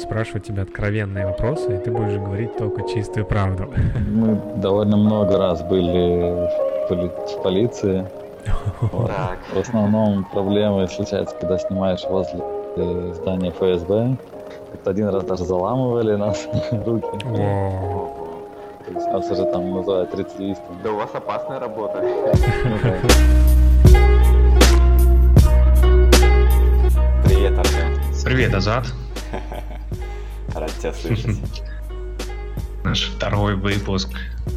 спрашивать тебя откровенные вопросы, и ты будешь говорить только чистую правду. Мы довольно много раз были в полиции. Вот. В основном проблемы случаются, когда снимаешь возле здания ФСБ. Как-то один раз даже заламывали нас руки. То есть нас уже там называют рецидивистами. Да у вас опасная работа. Привет, Артем. Привет, Азат. Рад тебя слышать. Наш второй выпуск.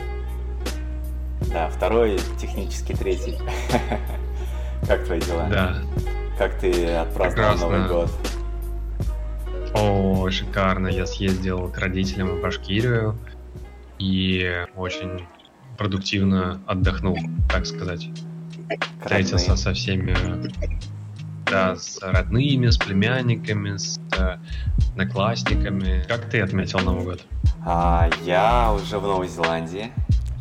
Да, второй, технически третий. Как твои дела? Да. Как ты отпраздновал Новый год? О, шикарно. Я съездил к родителям в Башкирию и очень продуктивно отдохнул, так сказать. Встретился со всеми, да, с родными, с племянниками, с одноклассниками. Как ты отметил Новый год? Я уже в Новой Зеландии.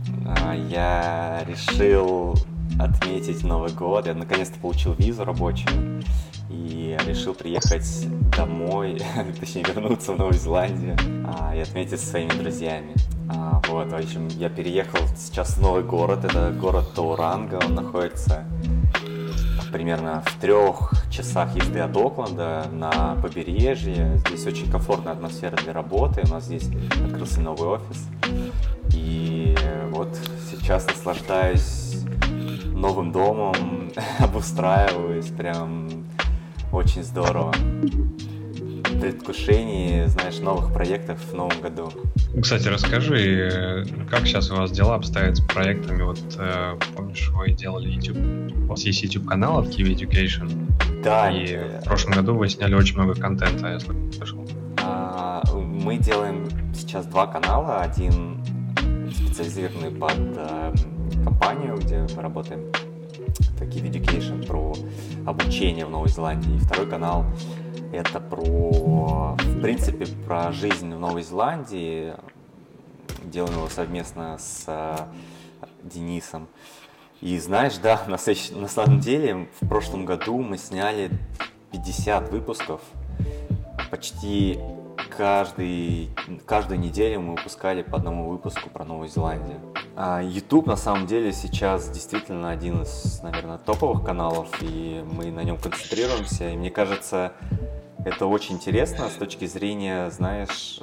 Я решил отметить Новый год. Я наконец-то получил визу рабочую и решил приехать домой, точнее вернуться в Новую Зеландию и отметить со своими друзьями. Вот, в общем, я переехал сейчас в новый город. Это город Тауранга. Он находится примерно в 3 часах езды от Окленда на побережье. Здесь очень комфортная атмосфера для работы. У нас здесь открылся новый офис. И вот сейчас наслаждаюсь новым домом, обустраиваюсь, прям очень здорово. В предвкушении, знаешь, новых проектов в новом году. Кстати, расскажи, как сейчас у вас дела обстоят с проектами? Вот, помнишь, вы делали YouTube, у вас есть YouTube-канал от Kiwi Education? Да. И в прошлом году вы сняли очень много контента, я слышал. Мы делаем сейчас 2 канала. Один специализированный под компанию, где мы работаем, это Kiwi Education, про обучение в Новой Зеландии. И второй канал — это в принципе, про жизнь в Новой Зеландии. Делаем его совместно с Денисом. И знаешь, да, на самом деле в прошлом году мы сняли 50 выпусков. Почти каждую неделю мы выпускали по одному выпуску про Новую Зеландию. YouTube на самом деле сейчас действительно один из, наверное, топовых каналов, и мы на нем концентрируемся. И мне кажется, это очень интересно с точки зрения, знаешь,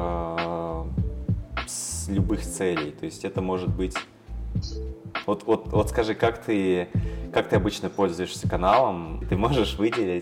с любых целей. То есть это может быть... Вот скажи, как ты обычно пользуешься каналом? Ты можешь выделить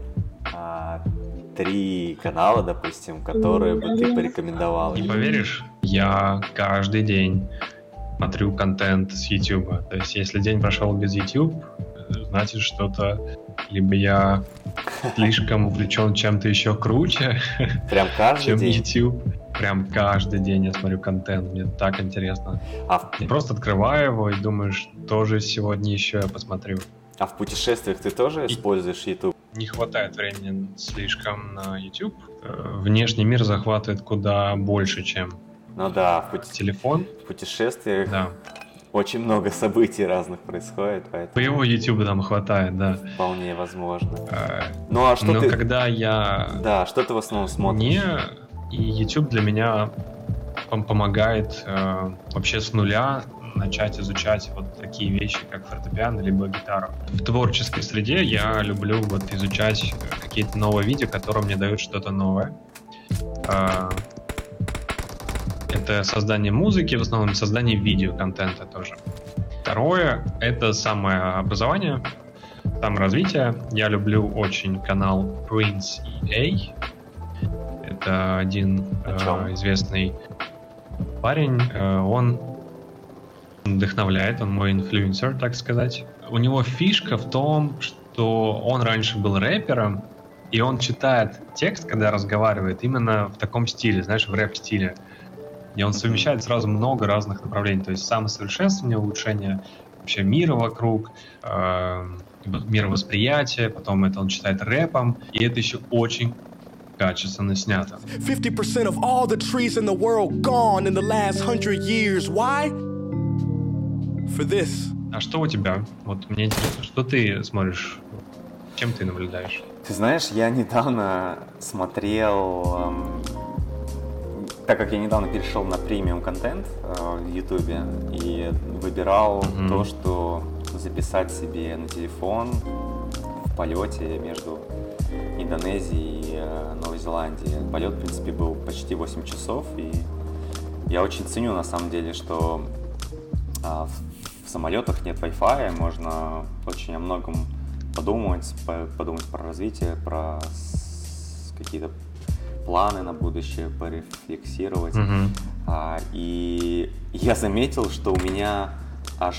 3 канала, допустим, которые бы ты порекомендовал? Не поверишь, я каждый день смотрю контент с YouTube. То есть если день прошел без YouTube, значит что-то... Либо я слишком увлечен чем-то еще круче, прям каждый чем день? YouTube. Прям каждый день я смотрю контент, мне так интересно. Я просто открываю его и думаю, что же сегодня еще я посмотрю. А в путешествиях ты тоже используешь YouTube? Не хватает времени слишком на YouTube. Внешний мир захватывает куда больше, чем телефон. В путешествиях да. Очень много событий разных происходит, поэтому... Твоего YouTube там хватает, да. Вполне возможно. Но когда я... Да, что ты в основном смотришь? И YouTube для меня помогает вообще с нуля начать изучать вот такие вещи, как фортепиано либо гитару. В творческой среде я люблю вот изучать какие-то новые видео, которые мне дают что-то новое. Это создание музыки, в основном создание видеоконтента тоже. Второе — это самообразование, саморазвитие. Я люблю очень канал Prince EA. Это один известный парень. Он вдохновляет, он мой инфлюенсер, так сказать. У него фишка в том, что он раньше был рэпером, и он читает текст, когда разговаривает, именно в таком стиле, знаешь, в рэп-стиле. И он совмещает сразу много разных направлений. То есть самосовершенствование, улучшение вообще мира вокруг, мировосприятие, потом это он читает рэпом, и это еще очень качественно снято. 50% of all the trees in the world gone in the last 100 years. Why? For this. А что у тебя? Вот мне интересно, что ты смотришь Чем ты наблюдаешь? Ты знаешь, я недавно смотрел, так как я недавно перешел на премиум контент в Ютубе и выбирал то, что записать себе на телефон в полете между Индонезией и Новой Зеландией. Полет, в принципе, был почти 8 часов, и я очень ценю, на самом деле, что в самолетах нет Wi-Fi, можно очень о многом подумать про развитие, про какие-то планы на будущее, порефлексировать. И я заметил, что у меня аж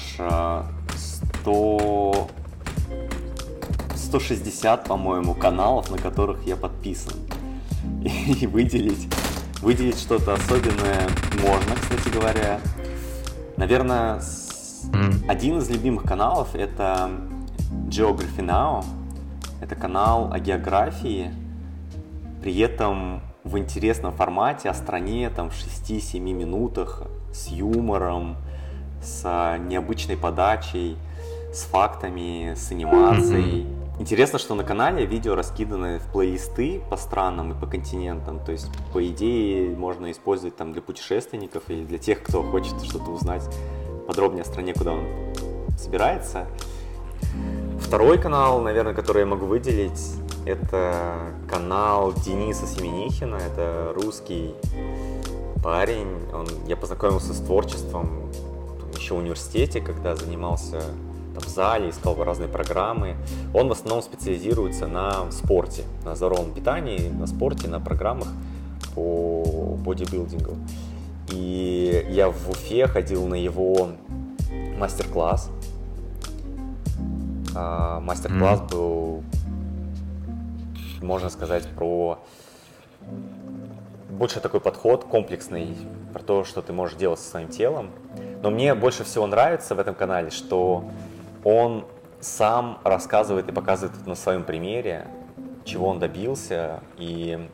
160, по-моему, каналов, на которых я подписан. И выделить что-то особенное можно, кстати говоря. Наверное, один из любимых каналов — это Geography Now. Это канал о географии, при этом в интересном формате, о стране, там, в 6-7 минутах, с юмором, с необычной подачей, с фактами, с анимацией. Интересно, что на канале видео раскиданы в плейлисты по странам и по континентам, то есть, по идее, можно использовать там для путешественников или для тех, кто хочет что-то узнать подробнее о стране, куда он собирается. Второй канал, наверное, который я могу выделить, это канал Дениса Семенихина. Это русский парень. Я познакомился с творчеством еще в университете, когда занимался там в зале, искал разные программы. Он в основном специализируется на спорте, на здоровом питании, на спорте, на программах по бодибилдингу. И я в Уфе ходил на его мастер-класс. Мастер-класс был, можно сказать, про больше такой подход комплексный, про то, что ты можешь делать со своим телом. Но мне больше всего нравится в этом канале, что он сам рассказывает и показывает на своем примере, чего он добился, и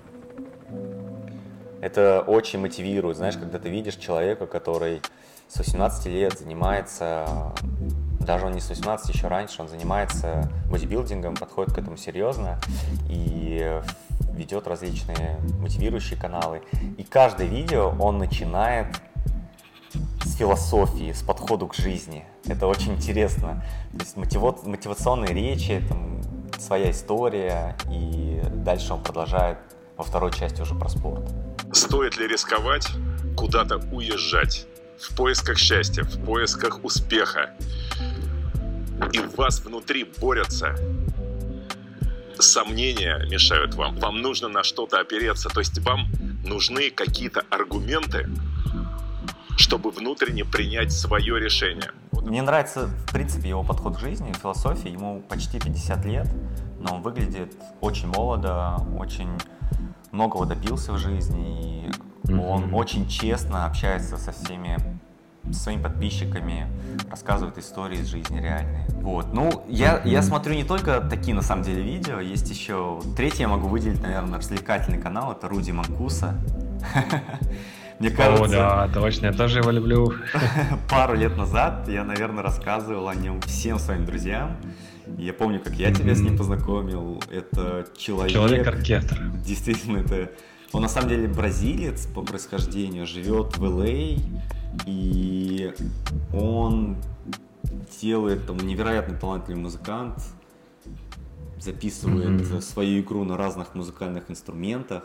это очень мотивирует, знаешь, когда ты видишь человека, который с 18 лет занимается, даже он не с 18, еще раньше, он занимается бодибилдингом, подходит к этому серьезно и ведет различные мотивирующие каналы. И каждое видео он начинает с философии, с подхода к жизни. Это очень интересно. То есть мотивационные речи, там, своя история, и дальше он продолжает во второй части уже про спорт. Стоит ли рисковать, куда-то уезжать, в поисках счастья, в поисках успеха? И в вас внутри борются. Сомнения мешают вам. Вам нужно на что-то опереться. То есть вам нужны какие-то аргументы, чтобы внутренне принять свое решение. Мне нравится, в принципе, его подход к жизни, философии. Ему почти 50 лет, но он выглядит очень молодо, очень многого добился в жизни. И он очень честно общается со всеми своими подписчиками, рассказывает истории из жизни реальные. Вот. Ну, я смотрю не только такие, на самом деле, видео, есть еще... Третий я могу выделить, наверное, развлекательный канал, это Руди Манкуса. Мне кажется... О, да, точно, я тоже его люблю. Пару лет назад я, наверное, рассказывал о нем всем своим друзьям. Я помню, как я тебя с ним познакомил. Это Человек-оркестр. Действительно, это... Он на самом деле бразилец по происхождению, живет в Л.А., и он делает, там, невероятно талантливый музыкант, записывает свою игру на разных музыкальных инструментах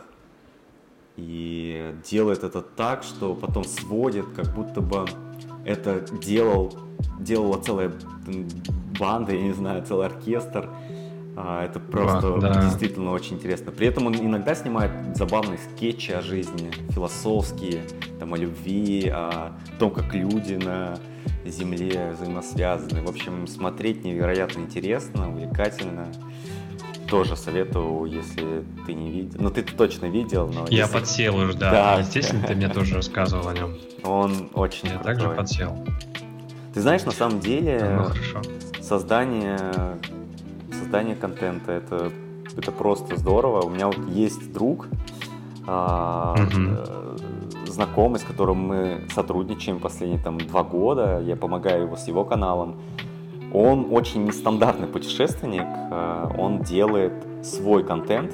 и делает это так, что потом сводит, как будто бы это делала целая банда, я не знаю, целый оркестр. Это просто действительно очень интересно. При этом он иногда снимает забавные скетчи о жизни, философские, там, о любви, о том, как люди на Земле взаимосвязаны. В общем, смотреть невероятно интересно, увлекательно. Тоже советую, если ты не видел. Ну, ты точно видел, но... Я подсел уже, да. Естественно, ты мне тоже рассказывал о нем. Он очень Я крутой. также подсел. Ты знаешь, на самом деле, хорошо. создание контента это просто здорово. У меня вот есть друг, знакомый, с которым мы сотрудничаем последние 2 года. Я помогаю его с его каналом. Он очень нестандартный путешественник, он делает свой контент,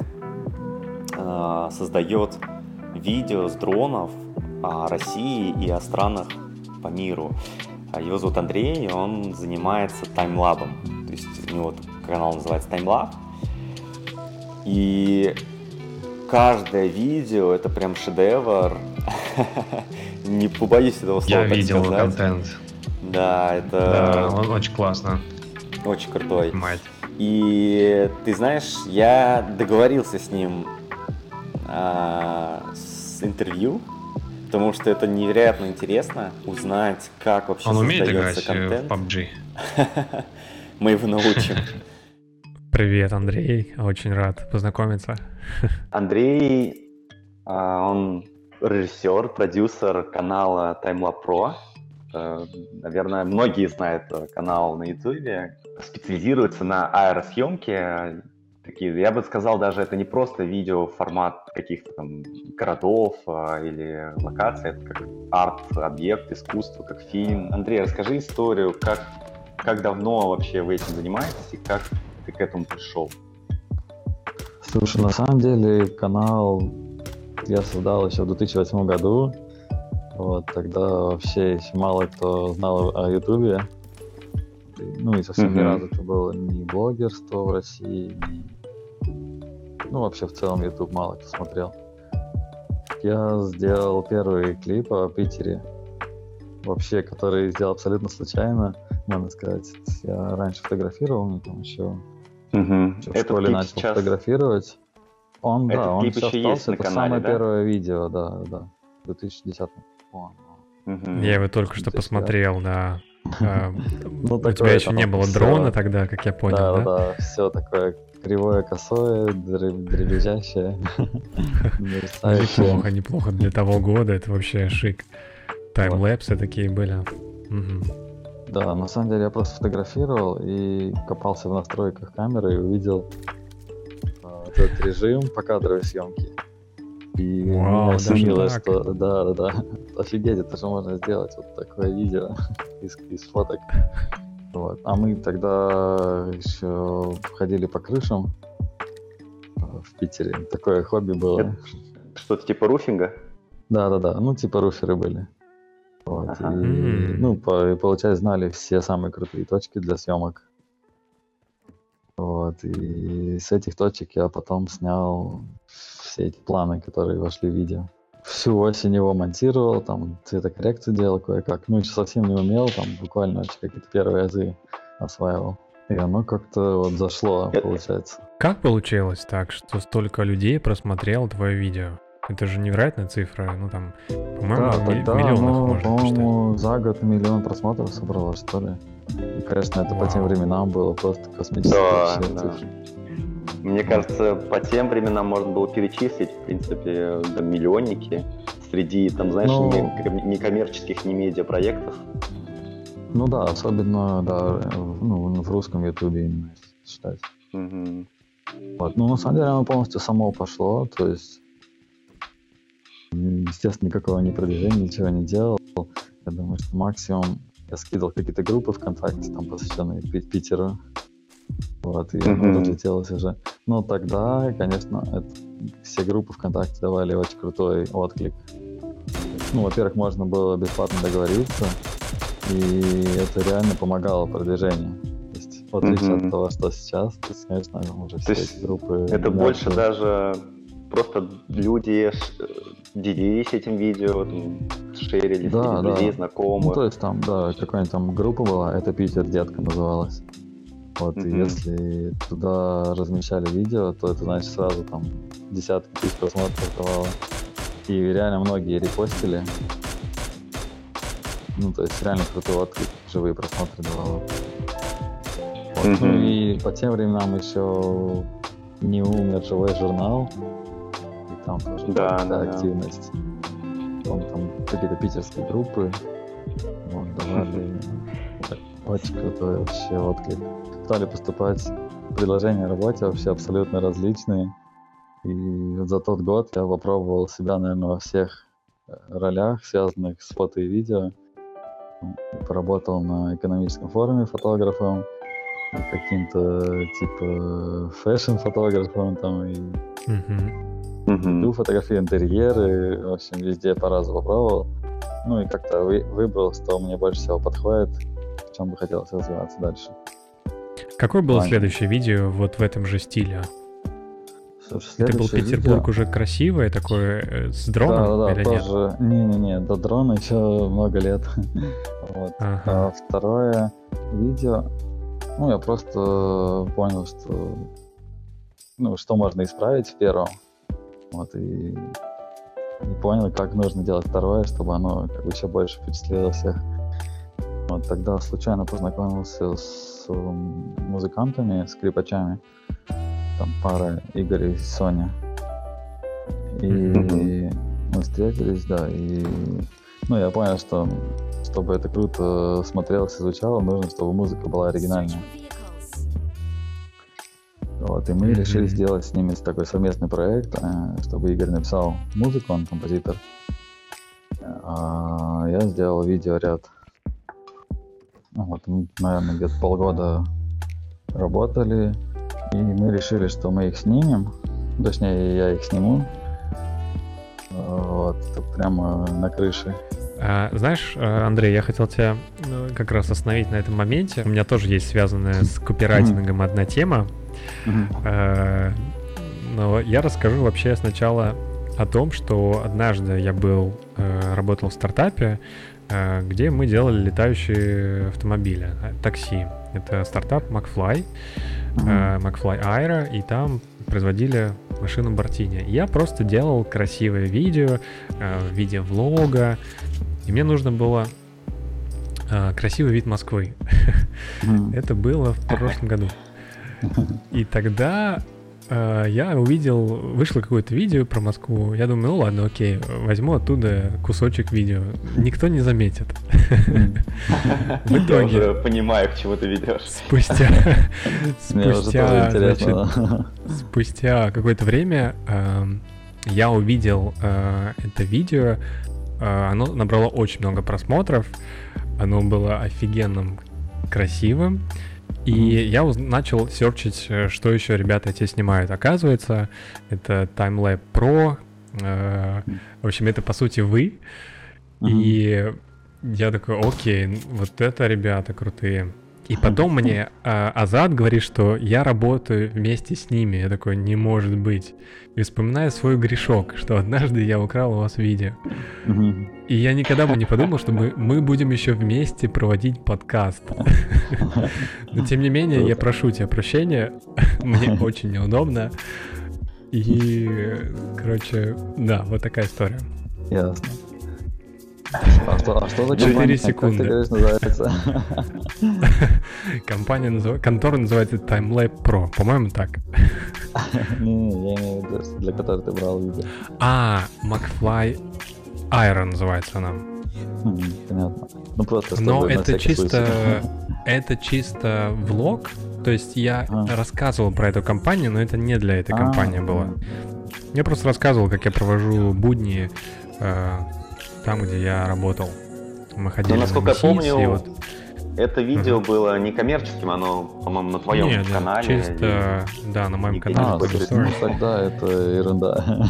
создает видео с дронов о России и о странах по миру. Его зовут Андрей, и он занимается таймлабом. То есть у него канал называется Таймлаб. И каждое видео это прям шедевр. Не побоюсь этого слова. Я видел сказать. Контент. Да, это... Да, он очень классно. Очень крутой. Мать. И ты знаешь, я договорился с ним с интервью, потому что это невероятно интересно узнать, как вообще Он умеет создается играть контент. в PUBG? Мы его научим. Привет, Андрей. Очень рад познакомиться. Андрей, он режиссер, продюсер канала TimeLab Pro. Наверное, многие знают канал на YouTube. Специализируется на аэросъемке. Такие, я бы сказал, даже это не просто видео формат каких-то там городов или локаций, это как арт-объект, искусство, как фильм. Андрей, расскажи историю, как давно вообще вы этим занимаетесь и как ты к этому пришел? Слушай, на самом деле канал я создал еще в 2008 году. Вот, тогда вообще еще мало кто знал о Ютубе. Ну и совсем ни разу это было ни блогерство в России, ну вообще в целом Ютуб мало кто смотрел. Я сделал первый клип о Питере, вообще, который сделал абсолютно случайно, можно сказать. Я раньше фотографировал, мне там еще в школе начал фотографировать. Он все остался, это самое первое видео, да, в 2010 Я его только что посмотрел, да. Ну, у тебя еще не было дрона тогда, как я понял, да? Все такое кривое, косое, дребезжащее. Неплохо для того года, это вообще шик. Таймлэпсы такие были. Да, на самом деле я просто фотографировал и копался в настройках камеры и увидел этот режим покадровой съемки. И меня осенило, что да, офигеть, это же можно сделать вот такое видео из фоток. Вот. А мы тогда еще ходили по крышам в Питере. Такое хобби было. Это что-то типа руфинга? Да, ну типа руферы были. Вот. И получается, знали все самые крутые точки для съемок. Вот. И с этих точек я потом снял все эти планы, которые вошли в видео. Всю осень его монтировал, там цветокоррекцию делал кое-как. Ну, еще совсем не умел, там буквально вообще какие-то первые азы осваивал. И оно как-то вот зашло, получается. Как получилось так, что столько людей просмотрело твое видео? Это же невероятная цифра, ну там, по-моему, в миллионах можно посчитать. По-моему, за год 1 миллион просмотров собралось, что ли. И, конечно, это по тем временам было просто космические цифры. Мне кажется, по тем временам можно было перечислить, в принципе, миллионники среди, там, знаешь, некоммерческих, не медиапроектов. Ну да, особенно, да, в русском ютубе именно, если считать. Вот. Ну, на самом деле, оно полностью само пошло, то есть, естественно, никакого ни продвижения, ничего не делал. Я думаю, что максимум я скидывал какие-то группы ВКонтакте, там, посвященные Питеру. Вот, и оно разлетелось уже. Но тогда, конечно, все группы ВКонтакте давали очень крутой отклик. Ну, во-первых, можно было бесплатно договориться, и это реально помогало продвижению. То есть, в отличие от того, что сейчас, то есть, конечно, уже все эти группы... Это больше даже просто люди делились этим видео, шерили среди друзей, знакомых. Ну, то есть там, да, какая-нибудь там группа была, это «Питер, детка» называлась. Вот, и если туда размещали видео, то это, значит, сразу там десятки тысяч просмотров давало. И реально многие репостили. Ну, то есть реально крутой отклик, живые просмотры давало. Вот. Ну и по тем временам еще не умер живой журнал. И там тоже была активность. Там какие-то питерские группы давали очень крутой вообще отклик. Стали поступать предложения о работе вообще абсолютно различные. И за тот год я попробовал себя, наверное, во всех ролях, связанных с фото и видео. поработал на экономическом форуме фотографом, каким-то типа фэшн-фотографом там и фотографии, интерьеры, в общем, везде по разу попробовал. Ну и как-то выбрал, что мне больше всего подходит, в чем бы хотелось развиваться дальше. Какое было следующее видео вот в этом же стиле? Слушай, это был Петербург видео... уже красивое, такое с дроном да, или тоже... нет? Не, до дрона еще много лет. Вот. А второе видео, ну я просто понял, что можно исправить в первом. Вот, и понял, как нужно делать второе, чтобы оно как бы еще больше впечатлило всех. Вот тогда случайно познакомился с музыкантами, скрипачами. Там пара Игорь и Соня. И мы встретились, да, и я понял, что чтобы это круто смотрелось и звучало, нужно, чтобы музыка была оригинальная. Вот, и мы решили сделать с ними такой совместный проект, чтобы Игорь написал музыку, он композитор, а я сделал видеоряд. Вот, мы, наверное, где-то полгода работали, и мы решили, что мы их снимем, точнее, я их сниму, вот, прямо на крыше. Знаешь, Андрей, я хотел тебя как раз остановить на этом моменте. У меня тоже есть связанная с копирайтингом одна тема. Но я расскажу вообще сначала о том, что однажды я работал в стартапе, где мы делали летающие автомобили, такси. Это стартап McFly Aero, и там производили машину Бортини. Я просто делал красивое видео в виде влога, и мне нужно было красивый вид Москвы. Это было в прошлом году. И тогда я вышло какое-то видео про Москву. Я думаю, ладно, окей, возьму оттуда кусочек видео. Никто не заметит. В итоге... Я уже понимаю, к чему ты ведешь. Спустя какое-то время я увидел это видео. Оно набрало очень много просмотров. Оно было офигенным, красивым. И я начал серчить, что еще ребята эти снимают. Оказывается, это TimeLab Pro. В общем, это по сути вы. И я такой, окей, вот это ребята крутые. И потом мне Азат говорит, что я работаю вместе с ними. Я такой, не может быть. И вспоминаю свой грешок, что однажды я украл у вас видео. И я никогда бы не подумал, что мы будем еще вместе проводить подкаст. Но тем не менее, я прошу тебя прощения. Мне очень неудобно. И, короче, да, вот такая история. Ясно. А что за 4 секунды. Как ты говоришь, называется? Контора называется TimeLab Pro. По-моему, так. Не, я имею в виду, для которой ты брал видео. McFly Aero называется она. Понятно. Ну просто. Но это чисто влог. То есть я рассказывал про эту компанию, но это не для этой компании было. Я просто рассказывал, как я провожу будни там, где я работал. Мы ходили на насколько я помню, вот... это видео было некоммерческим, оно, по-моему, на твоем канале. Чисто, да, на моем канале. Тогда это ерунда.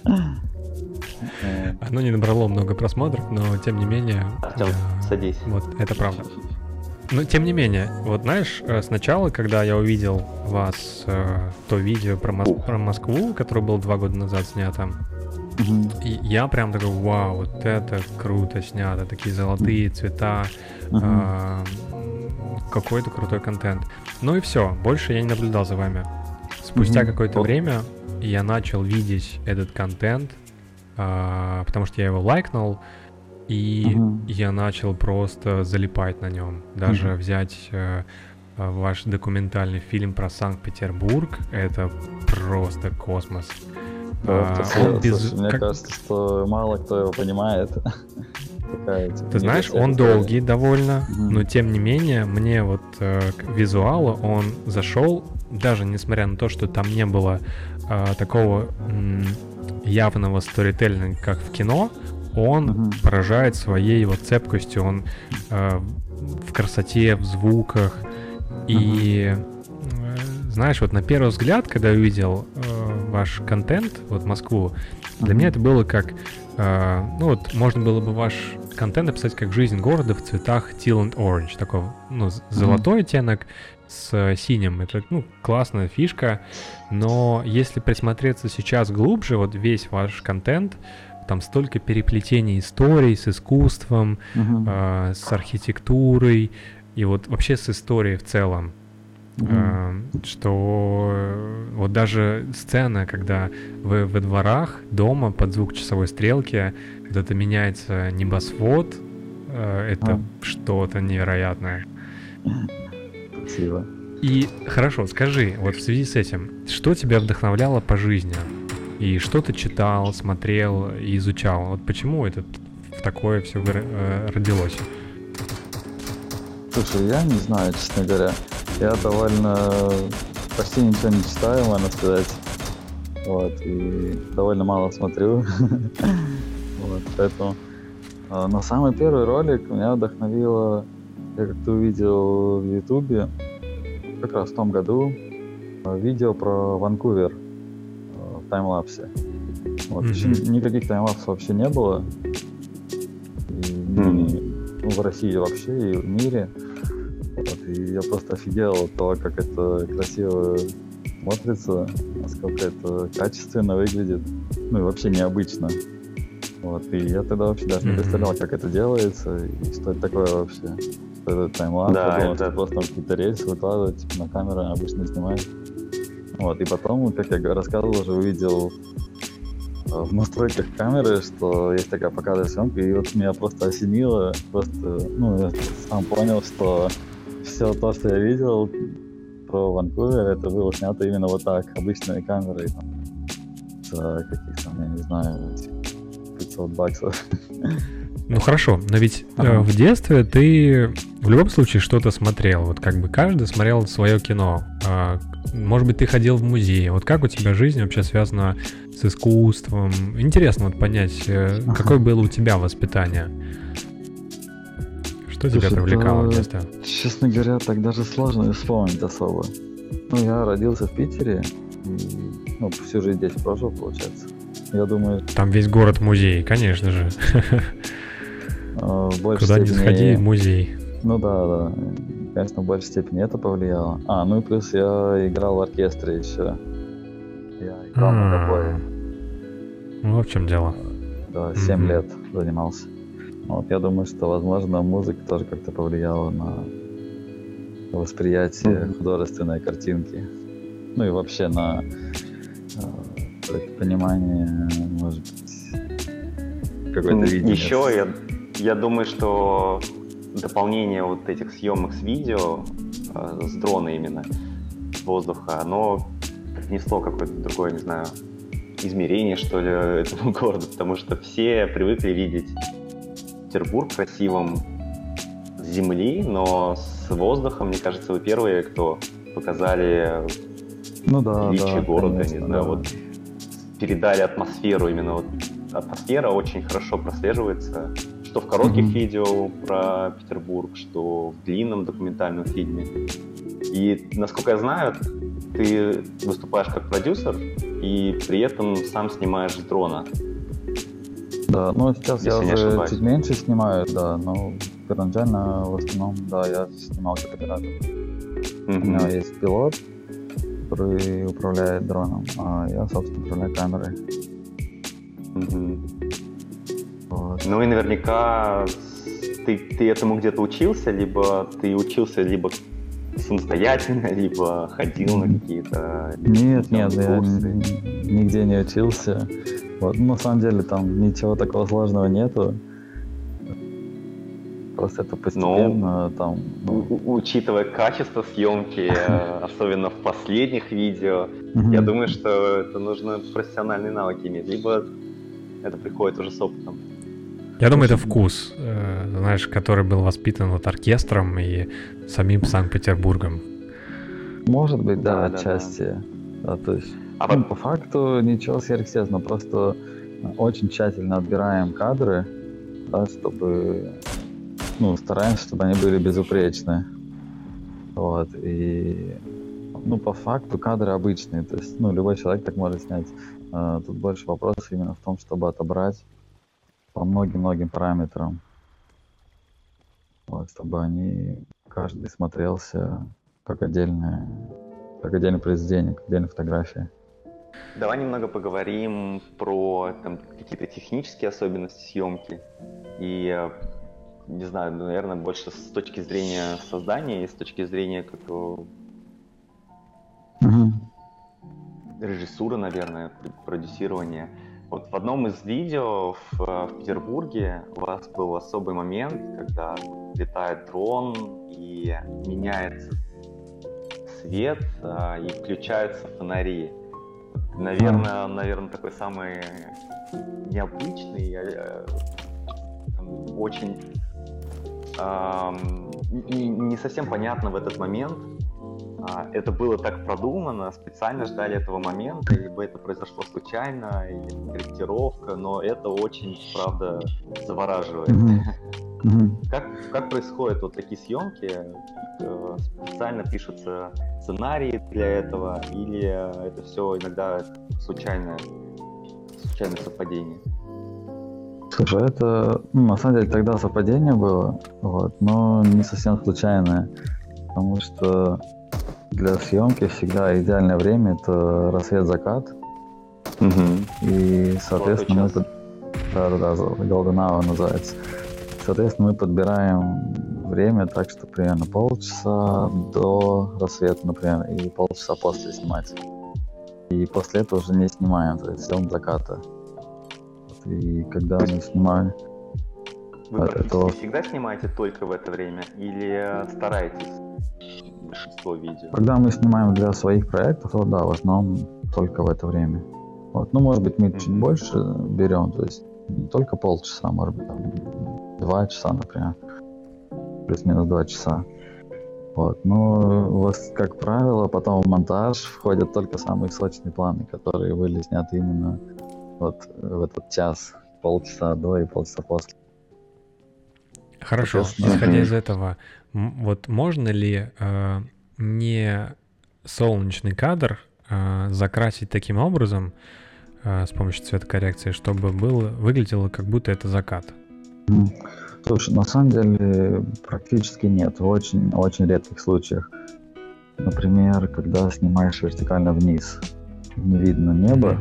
Оно не набрало много просмотров, но тем не менее... Артём, садись. Вот, это правда. Но тем не менее, вот знаешь, сначала, когда я увидел вас, то видео про Москву, которое было 2 года назад снято, и я прям такой, вау, вот это круто снято, такие золотые цвета, какой-то крутой контент. Ну и все, больше я не наблюдал за вами. Спустя какое-то время я начал видеть этот контент, потому что я его лайкнул, и я начал просто залипать на нем. Даже взять ваш документальный фильм про Санкт-Петербург, это просто космос. Мне кажется, что мало кто его понимает. Ты знаешь, он долгий довольно, но тем не менее, мне вот к визуалу он зашел, даже несмотря на то, что там не было такого явного сторителлинга, как в кино, он поражает своей вот цепкостью, он в красоте, в звуках. И знаешь, вот на первый взгляд, когда я увидел ваш контент, вот Москву, для меня это было как, ну вот можно было бы ваш контент описать как жизнь города в цветах teal and orange, такой, ну, золотой оттенок с синим. Это, ну, классная фишка, но если присмотреться сейчас глубже, вот весь ваш контент, там столько переплетений историй с искусством, с архитектурой и вот вообще с историей в целом. Что вот даже сцена, когда вы во дворах дома под звук часовой стрелки, когда-то меняется небосвод, это что-то невероятное. Спасибо. И хорошо, скажи, вот в связи с этим, что тебя вдохновляло по жизни? И что ты читал, смотрел и изучал? Вот почему это в такое все родилось? Слушай, я не знаю, честно говоря. Я довольно почти ничего не читаю, можно сказать. Вот, и довольно мало смотрю. Вот, поэтому. Но самый первый ролик меня вдохновило, я как-то увидел в Ютубе, как раз в том году, видео про Ванкувер в таймлапсе. Вот, еще никаких таймлапсов вообще не было. И, в России вообще, и в мире. Вот, и я просто офигел от того, как это красиво смотрится, насколько это качественно выглядит, ну и вообще необычно. Вот, и я тогда вообще даже не представлял, как это делается, и что это такое вообще. Что это таймлапс, подумал, что просто там какие-то рельсы выкладывать, типа, на камеру обычно снимают. Вот, и потом, как я рассказывал, уже увидел в настройках камеры, что есть такая показовая съемка, и вот меня просто осенило, просто, ну, я сам понял, что все то, что я видел про Ванкувер, это было снято именно вот так, обычной камерой, там, за каких там, я не знаю, $500. Ну хорошо, но ведь в детстве ты в любом случае что-то смотрел, вот как бы каждый смотрел свое кино. Может быть, ты ходил в музей. Вот как у тебя жизнь вообще связана с искусством? Интересно вот понять, какое было у тебя воспитание? Что тебя привлекало в детстве? Честно говоря, так даже сложно вспомнить особо. Ну, я родился в Питере, и, ну, всю жизнь здесь прожил, получается. Я думаю... Там весь город музей, конечно же. Куда ни сходи, музей. Ну да. Конечно, в большей степени это повлияло. Ну и плюс я играл в оркестре еще. Я играл на гобое. Ну, в чем дело? Да, 7 лет занимался. Вот, я думаю, что, возможно, музыка тоже как-то повлияла на восприятие художественной картинки. Ну и вообще на понимание, может быть, какой-то видение. Еще я думаю, что дополнение вот этих съемок с видео, с дрона именно, с воздуха, оно внесло какое-то другое, не знаю, измерение, что ли, этому городу, потому что все привыкли видеть Петербург красивым с земли, но с воздухом, мне кажется, вы первые, кто показали величие города, конечно, не знаю, вот передали атмосферу, именно вот атмосфера очень хорошо прослеживается, что в коротких видео про Петербург, что в длинном документальном фильме. И, насколько я знаю, ты выступаешь как продюсер и при этом сам снимаешь с дрона. Да, ну сейчас я уже чуть меньше снимаю, да, но первоначально в основном, да, я снимал как оператор. У меня есть пилот, который управляет дроном, а я, собственно, управляю камерой. Вот. Ну и наверняка ты этому где-то учился, либо ты учился либо самостоятельно, либо ходил на какие-то Нет, я нигде не учился. Вот. Ну, на самом деле там ничего такого сложного нету. Просто это постепенно там... Учитывая качество съемки, особенно в последних видео, я думаю, что это нужно профессиональные навыки иметь, либо это приходит уже с опытом. Я думаю, это вкус, знаешь, который был воспитан вот оркестром и самим Санкт-Петербургом. Может быть, да, отчасти. Да, то есть, по факту ничего сверхъестественного, просто очень тщательно отбираем кадры, да, чтобы, ну, стараемся, чтобы они были безупречны. Вот, и, ну, по факту кадры обычные, то есть, ну, любой человек так может снять. Тут больше вопросов именно в том, чтобы отобрать по многим-многим параметрам, вот, чтобы они, каждый смотрелся как отдельное произведение, как отдельная фотография. Давай немного поговорим про там, какие-то технические особенности съемки. И, не знаю, наверное, больше с точки зрения создания и с точки зрения какого режиссуры, наверное, продюсирования. Вот в одном из видео в Петербурге у вас был особый момент, когда летает дрон и меняется свет и включаются фонари. Наверное, такой самый необычный, очень не совсем понятно в этот момент. Это было так продумано, специально ждали этого момента, либо это произошло случайно, или корректировка, но это очень, правда, завораживает. Как происходят вот такие съемки? Специально пишутся сценарии для этого, или это все иногда случайное совпадение? Слушай, это, на самом деле, тогда совпадение было, вот, но не совсем случайное, потому что для съемки всегда идеальное время — это рассвет-закат, и, соответственно, Golden Hour называется. Соответственно, мы подбираем время так, что примерно полчаса до рассвета, например, и полчаса после снимать. И после этого уже не снимаем, то есть ждем заката. И когда мы снимаем... Вы практически всегда снимаете только в это время или стараетесь большинство видео? Когда мы снимаем для своих проектов, то да, в основном только в это время. Вот. Ну, может быть, мы чуть больше берем, то есть не только полчаса, может быть, там, 2 часа, например, плюс-минус 2 часа. Вот. Но у вас, как правило, потом в монтаж входят только самые сочные планы, которые были сняты именно вот в этот час, полчаса до и полчаса после. Хорошо, исходя из этого, вот можно ли не солнечный кадр закрасить таким образом с помощью цветокоррекции, чтобы выглядело, как будто это закат? Слушай, на самом деле практически нет, в очень, очень редких случаях. Например, когда снимаешь вертикально вниз, не видно небо,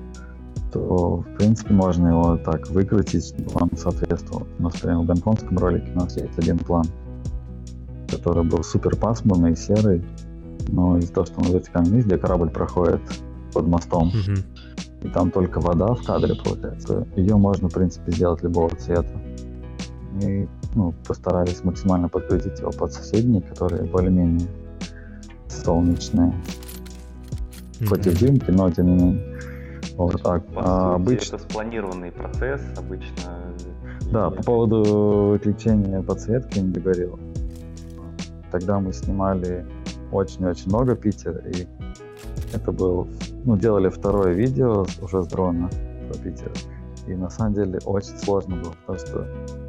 то, в принципе, можно его так выкрутить, чтобы он соответствовал. У нас, например, в гонконгском ролике у нас есть один план, который был супер пасмурный, серый, но из-за того, что он вертикально вниз, где корабль проходит под мостом, и там только вода в кадре, получается, ее можно, в принципе, сделать любого цвета. И, постарались максимально подкрутить его под соседние, которые более-менее солнечные. Хоть и в дымке, но тем не менее. Вот так. Обычно это спланированный процесс, обычно. Да, по поводу выключения подсветки не договорил. Тогда мы снимали очень-очень много Питера, и это был, делали второе видео уже с дрона про Питер. И на самом деле очень сложно было, потому что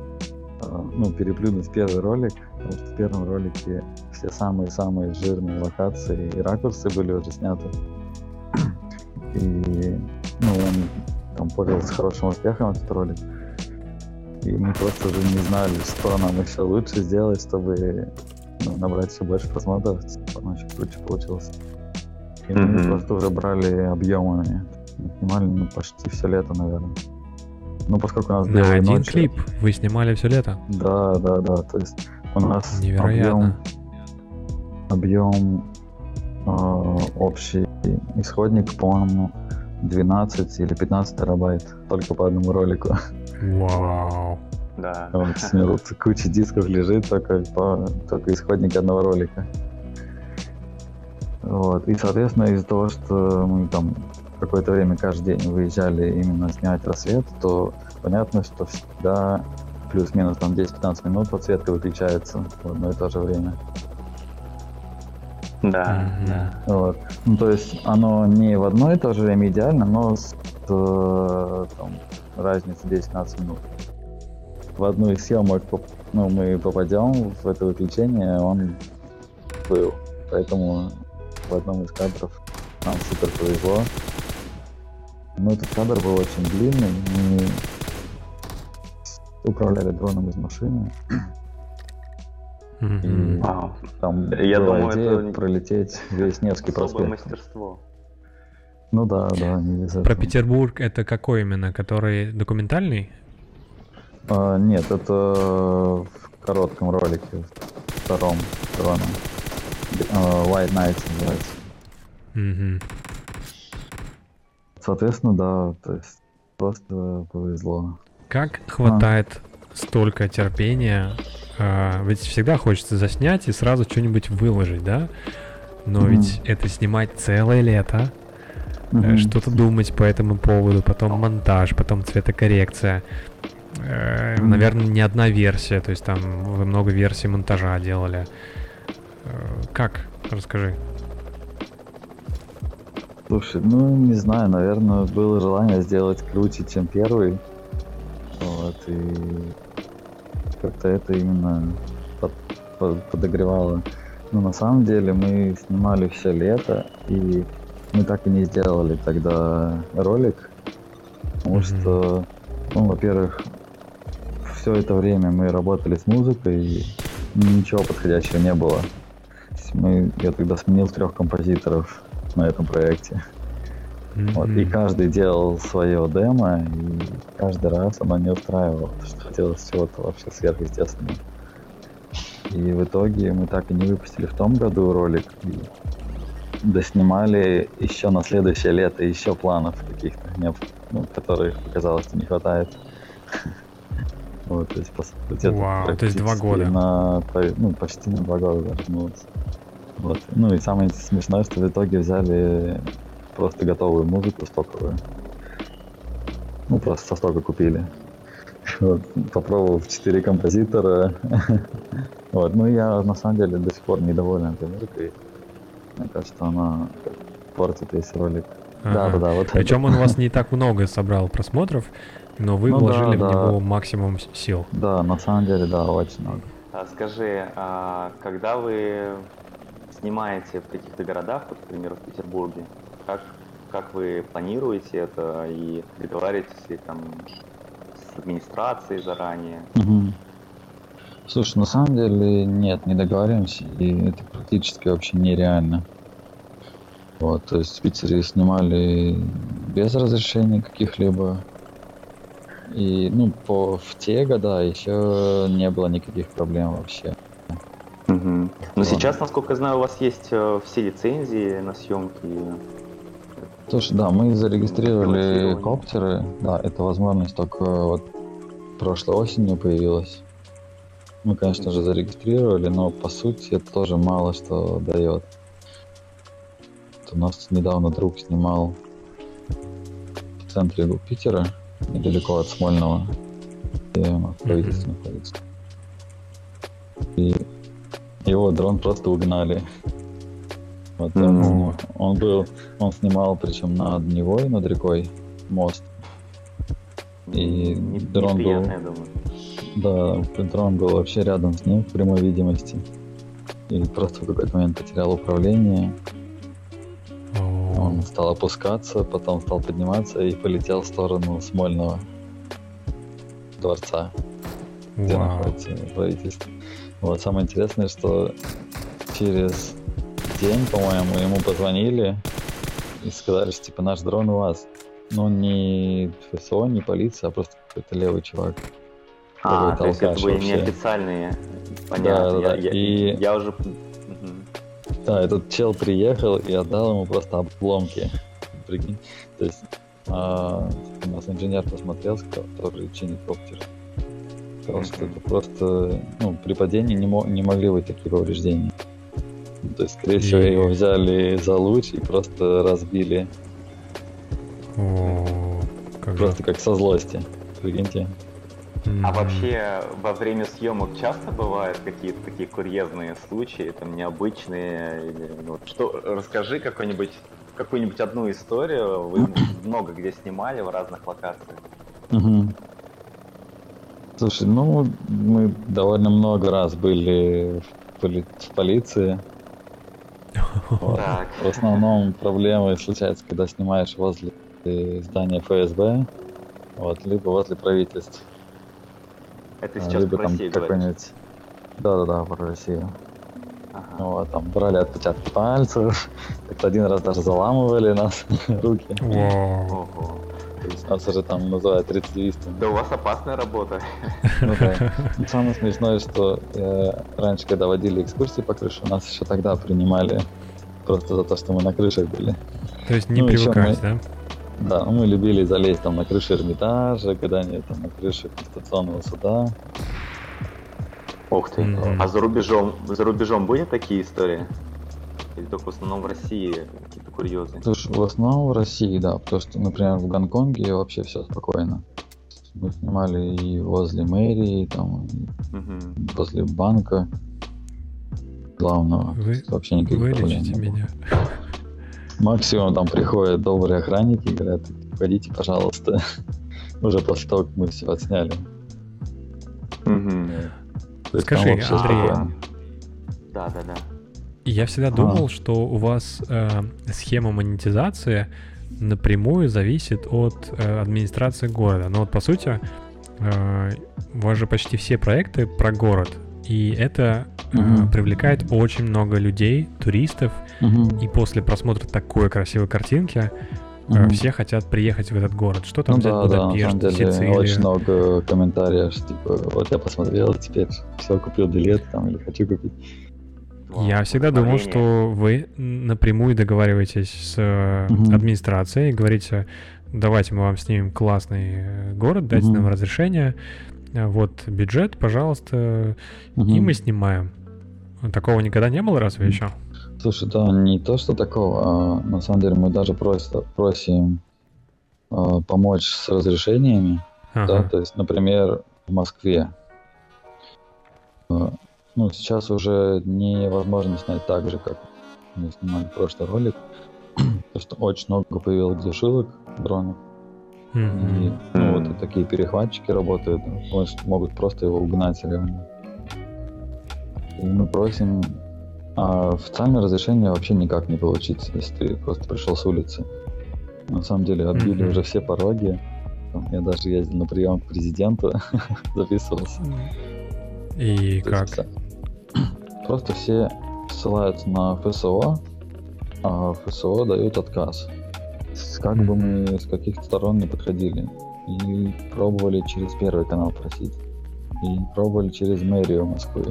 переплюнуть первый ролик, потому что в первом ролике все самые-самые жирные локации и ракурсы были уже сняты. И он там пользовался хорошим успехом, этот ролик. И мы просто уже не знали, что нам еще лучше сделать, чтобы набрать еще больше просмотров. Он очень круче получился. И мы просто уже брали объемами. Снимали почти все лето, наверное. Поскольку у нас на один клип вы снимали все лето? Да. То есть у нас невероятно. Объем общий исходник, по-моему, 12 или 15 терабайт только по одному ролику. Вау. Да. Тут куча дисков лежит только исходник одного ролика. Вот. И, соответственно, из-за того, что мы там какое-то время каждый день выезжали именно снимать рассвет, то понятно, что всегда плюс-минус там 10-15 минут подсветка выключается в одно и то же время. Да. Вот. То есть оно не в одно и то же время идеально, но там, разница 10-15 минут. В одну из съемок мы попадем в это выключение, он был. Поэтому в одном из кадров нам супер повезло. Но этот кадр был очень длинный. Мы управляли дроном из машины. И там я была думаю, идея это пролететь весь Невский проспект. мастерство. Ну да, не без этого. Про Петербург это какой именно? Который документальный? Нет, это в коротком ролике, втором дроном. White Nights называется. Соответственно, да, то есть просто повезло. Как хватает столько терпения? Ведь всегда хочется заснять и сразу что-нибудь выложить, да? Но ведь это снимать целое лето, что-то думать по этому поводу, потом монтаж, потом цветокоррекция. Наверное, не одна версия, то есть там вы много версий монтажа делали. Как? Расскажи. Слушай, не знаю, наверное, было желание сделать круче, чем первый. Вот, и как-то это именно подогревало. Но на самом деле мы снимали все лето, и мы так и не сделали тогда ролик, потому что, во-первых, все это время мы работали с музыкой, и ничего подходящего не было. Я тогда сменил 3 композиторов на этом проекте. Вот, и каждый делал свое демо, и каждый раз оно не устраивало, потому что хотелось чего-то вообще сверхъестественного. И в итоге мы так и не выпустили в том году ролик, и доснимали еще на следующее лето еще планов каких-то, которых показалось, что не хватает. Вот, то есть, по сути, Вау, то есть 2 года. Почти на 2 года вернулось. Вот. И самое смешное, что в итоге взяли просто готовую музыку стоковую. Просто со стока купили. Вот, попробовав 4 композитора. Вот. Я на самом деле до сих пор недоволен этой музыкой. Мне кажется, она портит весь ролик. Да, вот. Причем он у вас не так много собрал просмотров, но вы вложили в него максимум сил. Да, на самом деле, да, очень много. Скажи, когда вы снимаете в каких-то городах, вот, к примеру, в Петербурге, как вы планируете это и договариваетесь ли там с администрацией заранее? Слушай, на самом деле нет, не договариваемся, и это практически вообще нереально. Вот, то есть в Питере снимали без разрешения каких-либо. И, в те года еще не было никаких проблем вообще. Но сейчас, насколько я знаю, у вас есть все лицензии на съемки. Слушай, да, мы зарегистрировали коптеры. Да, эта возможность только вот прошлой осенью появилась. Мы, конечно же, зарегистрировали, но по сути это тоже мало что дает. У нас недавно друг снимал в центре Питера, недалеко от Смольного, где у нас правительство находится. И его дрон просто угнали. Вот, он снимал, причем над Невой, над рекой, мост. И дрон был... Да, дрон был вообще рядом с ним в прямой видимости. И просто в какой-то момент потерял управление. Он стал опускаться, потом стал подниматься и полетел в сторону Смольного дворца, где находится правительство. Вот самое интересное, что через день, по-моему, ему позвонили и сказали, что типа наш дрон у вас. Но не ФСО, не полиция, а просто какой-то левый чувак. То есть это были неофициальные, понятно. Да, я уже... Да, этот чел приехал и отдал ему просто обломки. Прикинь. То есть у нас инженер посмотрел, который чинит коптер. Сказал, что это просто, при падении не могли быть такие повреждения. То есть, скорее всего, его взяли за луч и просто разбили. Просто как со злости. Прикиньте. А вообще во время съемок часто бывают какие-то такие курьезные случаи, там необычные? Расскажи какой-нибудь какую-нибудь одну историю. Вы много где снимали в разных локациях. Угу. Слушай, ну, мы довольно много раз были в полиции. Вот. В основном проблемы случаются, когда снимаешь возле здания ФСБ, вот, либо возле правительств. Это сейчас либо про там Россию какой-нибудь... Да-да-да, про Россию. Вот, там брали отпечатки пальцев, как-то один раз даже заламывали нас руки. Вау. Ого. То есть нас уже там называют рецидивистами. Да у вас опасная работа. Ну да. Самое смешное, что раньше, когда водили экскурсии по крыше, нас еще тогда принимали просто за то, что мы на крышах были. То есть не привыкать, да? Да, мы любили залезть там на крышу Эрмитажа, когда они там на крыше Конституционного суда. Ух ты. А за рубежом были такие истории? Или только в основном в России какие-то курьезы? Слушай, в основном в России, да, потому что, например, в Гонконге вообще все спокойно. Мы снимали и возле мэрии, там, и возле банка главного. Вы вообще никаких проблем не было. Меня. Максимум там приходят добрые охранники и говорят: входите, пожалуйста. Уже после того, как мы все отсняли. Скажи, Андрей. Да. Я всегда думал, что у вас схема монетизации напрямую зависит от администрации города. Но вот по сути у вас же почти все проекты про город. И это привлекает очень много людей, туристов. И после просмотра такой красивой картинки все хотят приехать в этот город. Что там взять? Будапешт, Сицилия? Очень много комментариев, типа, вот я посмотрел, теперь все, купил билет там или хочу купить. Я всегда думал, что вы напрямую договариваетесь с администрацией, говорите: давайте мы вам снимем классный город, дайте нам разрешение, вот бюджет, пожалуйста, и мы снимаем. Такого никогда не было, разве еще? Слушай, да, не то, что такого, а на самом деле мы даже просим помочь с разрешениями, да, то есть, например, в Москве. Ну, сейчас уже невозможно снять так же, как мы снимали прошлый ролик, потому что очень много появилось глушилок, дронов. И, ну, вот и такие перехватчики работают, могут просто его угнать реально. И мы просим... А официальное разрешение вообще никак не получить, если ты просто пришел с улицы. На самом деле отбили уже все пороги. Я даже ездил на прием к президенту, записывался. И то как? Просто все ссылаются на ФСО, а ФСО дают отказ. Как бы мы с каких-то сторон не подходили. И пробовали через Первый канал просить. И пробовали через мэрию Москвы.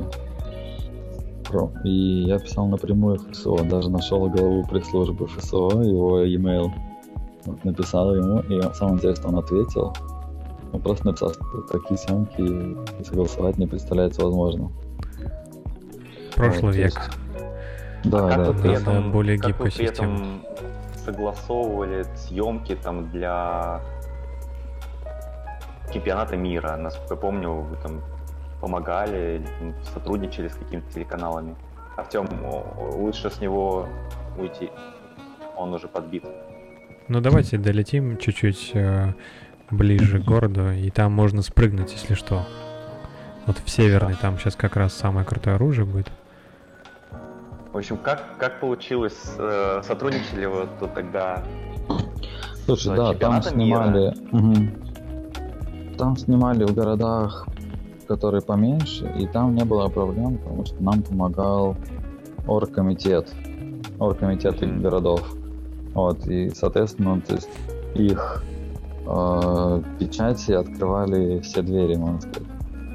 И я писал напрямую ФСО, даже нашел главу пресс-службы ФСО, его e-mail, вот, написал ему, и самое интересное, он ответил. Он просто написал, что такие съемки согласовать не представляется возможным. Прошлый вот, век. Да, это более гибкая система. Как вы при система. этом согласовывали съемки там для чемпионата мира? Насколько я помню, вы там помогали, сотрудничали с какими-то телеканалами. Артем, лучше с него уйти, он уже подбит. Ну давайте долетим чуть-чуть ближе к городу, и там можно спрыгнуть, если что. Вот в Северный, там сейчас как раз самое крутое оружие будет. В общем, как получилось, сотрудничали вы тогда? Слушай, да, там снимали... Там снимали в городах, которые поменьше, и там не было проблем, потому что нам помогал оргкомитет их городов. Вот, и, соответственно, то есть их печати открывали все двери, можно сказать.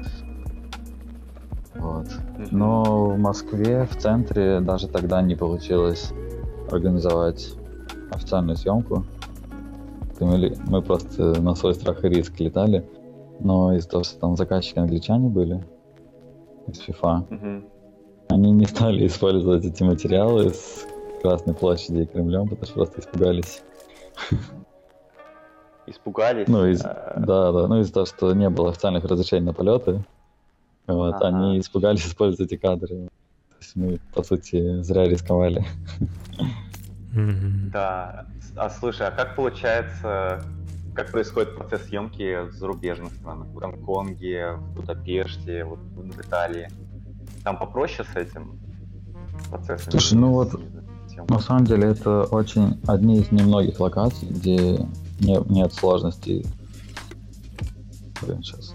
Вот. Но в Москве, в центре, даже тогда не получилось организовать официальную съемку. Мы просто на свой страх и риск летали. Но из-за того, что там заказчики англичане были из FIFA, они не стали использовать эти материалы с Красной площади и Кремлем, потому что просто испугались. Испугались? Ну, ну из-за того, что не было официальных разрешений на полеты, вот, они испугались использовать эти кадры. То есть мы, по сути, зря рисковали. Да. А слушай, а как получается, как происходит процесс съемки в зарубежных странах? В Гонконге, в Будапеште, вот в Италии. Там попроще с этим процессом? Слушай, ну вот, на самом деле это очень одни из немногих локаций, где нет сложностей. Блин, сейчас.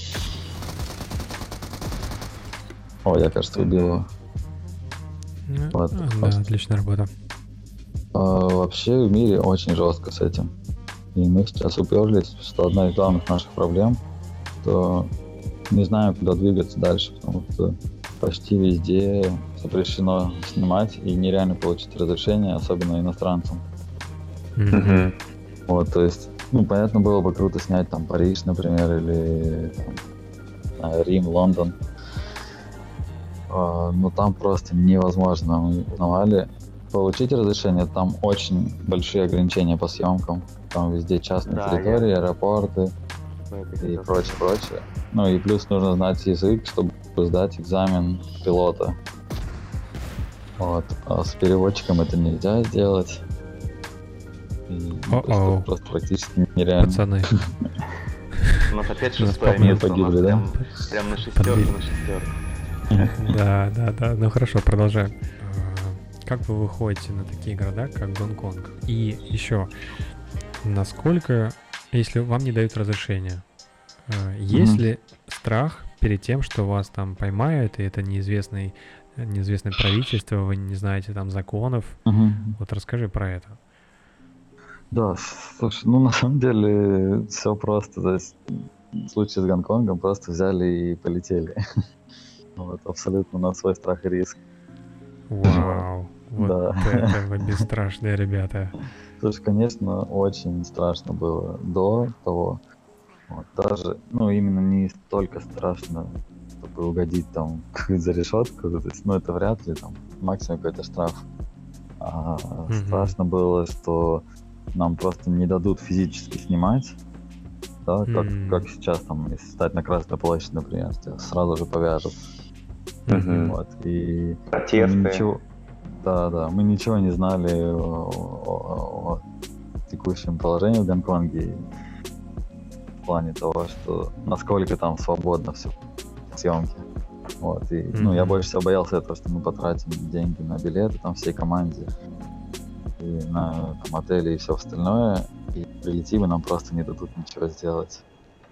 О, я, кажется, убил его. Вот, да, отличная работа. Вообще в мире очень жестко с этим. И мы сейчас уперлись, что одна из главных наших проблем, что не знаем, куда двигаться дальше, потому что почти везде запрещено снимать и нереально получить разрешение, особенно иностранцам. Вот, то есть, ну, понятно, было бы круто снять там Париж, например, или там, Рим, Лондон. Но там просто невозможно. Мы узнавали. Получить разрешение, там очень большие ограничения по съемкам. Там везде частные территории, аэропорты и прочее. Ну и плюс нужно знать язык, чтобы сдать экзамен пилота. Вот. А с переводчиком это нельзя сделать. И просто практически нереально. Пацаны. У нас опять 6-е место. Погибли, да? Прям на шестерке. Да. Ну хорошо, продолжаем. Как вы выходите на такие города, как Гонконг? И еще, насколько, если вам не дают разрешения, есть ли страх перед тем, что вас там поймают, и это неизвестное правительство, вы не знаете там законов? Вот расскажи про это. Да, слушай, ну на самом деле все просто. То есть в случае с Гонконгом просто взяли и полетели. Вот, абсолютно на свой страх и риск. Вау, вот это вы бесстрашные ребята. Слушай, конечно, очень страшно было до того. Вот, даже, ну, именно не столько страшно, чтобы угодить там за решетку, то есть, ну, это вряд ли, там, максимум какой-то штраф. Страшно было, что нам просто не дадут физически снимать, да, как сейчас, там, если стать на Красной площади, например, тебя сразу же повяжут. Вот, и протесты. Мы ничего не знали о текущем положении в Гонконге в плане того, что насколько там свободно все в съемке. Вот, и, ну, я больше всего боялся этого, что мы потратим деньги на билеты там всей команде и на там, отели и все остальное, и прилетим, и нам просто не дадут ничего сделать.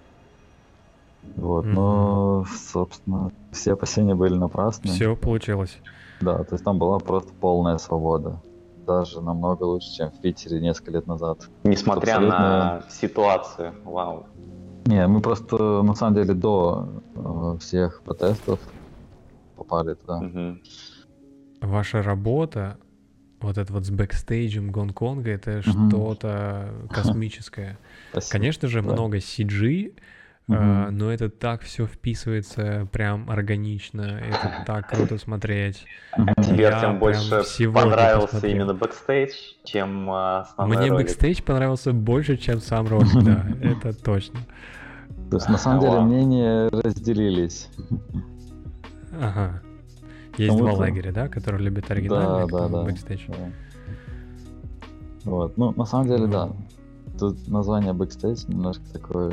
Вот, но, собственно, все опасения были напрасны. Все получилось. Да, то есть там была просто полная свобода. Даже намного лучше, чем в Питере несколько лет назад. Несмотря на ситуацию, вау. Не, мы просто, на самом деле, до всех протестов попали туда. Ваша работа, вот это вот с бэкстейджем Гонконга, это что-то космическое. Спасибо. Конечно же, много CG, но это так все вписывается прям органично, это так круто смотреть. А тебе, Артем, больше понравился именно бэкстейдж, чем основной Мне ролик? бэкстейдж понравился больше, чем сам ролик, да, это точно. То есть, на самом деле, мнения разделились. Ага. Есть два лагеря, да, которые любят оригинальный, бэкстейдж. Вот, ну, на самом деле, да. Тут название бэкстейдж немножко такое...